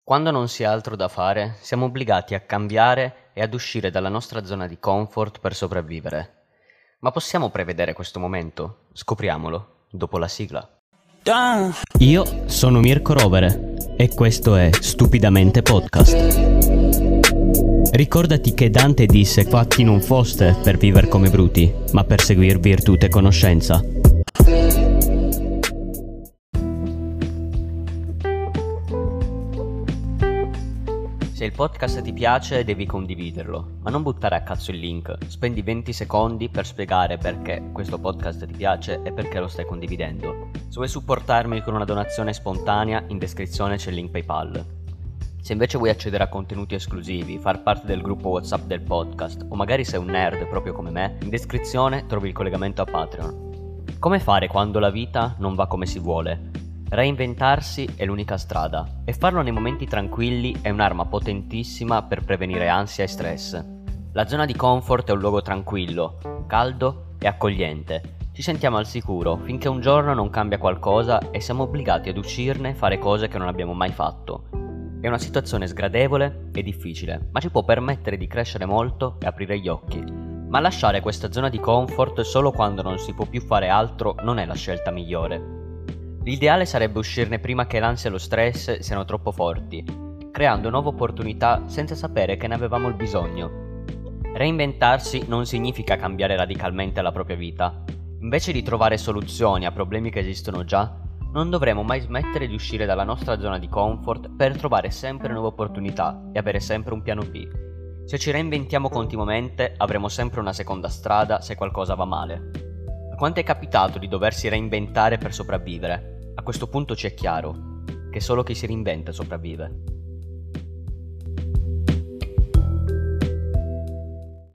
Quando non si ha altro da fare, siamo obbligati a cambiare e ad uscire dalla nostra zona di comfort per sopravvivere. Ma possiamo prevedere questo momento? Scopriamolo, dopo la sigla. Io sono Mirko Rovere e questo è Stupidamente Podcast. Ricordati che Dante disse fatti non foste per vivere come bruti, ma per seguir virtù e conoscenza. Se il podcast ti piace devi condividerlo, ma non buttare a cazzo il link. Spendi 20 secondi per spiegare perché questo podcast ti piace e perché lo stai condividendo. Se vuoi supportarmi con una donazione spontanea, in descrizione c'è il link PayPal. Se invece vuoi accedere a contenuti esclusivi, far parte del gruppo WhatsApp del podcast, o magari sei un nerd proprio come me, in descrizione trovi il collegamento a Patreon. Come fare quando la vita non va come si vuole? Reinventarsi è l'unica strada, e farlo nei momenti tranquilli è un'arma potentissima per prevenire ansia e stress. La zona di comfort è un luogo tranquillo, caldo e accogliente. Ci sentiamo al sicuro finché un giorno non cambia qualcosa e siamo obbligati ad uscirne e fare cose che non abbiamo mai fatto. È una situazione sgradevole e difficile, ma ci può permettere di crescere molto e aprire gli occhi. Ma lasciare questa zona di comfort solo quando non si può più fare altro non è la scelta migliore. L'ideale sarebbe uscirne prima che l'ansia e lo stress siano troppo forti, creando nuove opportunità senza sapere che ne avevamo il bisogno. Reinventarsi non significa cambiare radicalmente la propria vita. Invece di trovare soluzioni a problemi che esistono già, non dovremo mai smettere di uscire dalla nostra zona di comfort per trovare sempre nuove opportunità e avere sempre un piano B. Se ci reinventiamo continuamente, avremo sempre una seconda strada se qualcosa va male. A quanto è capitato di doversi reinventare per sopravvivere? A questo punto ci è chiaro che solo chi si reinventa sopravvive.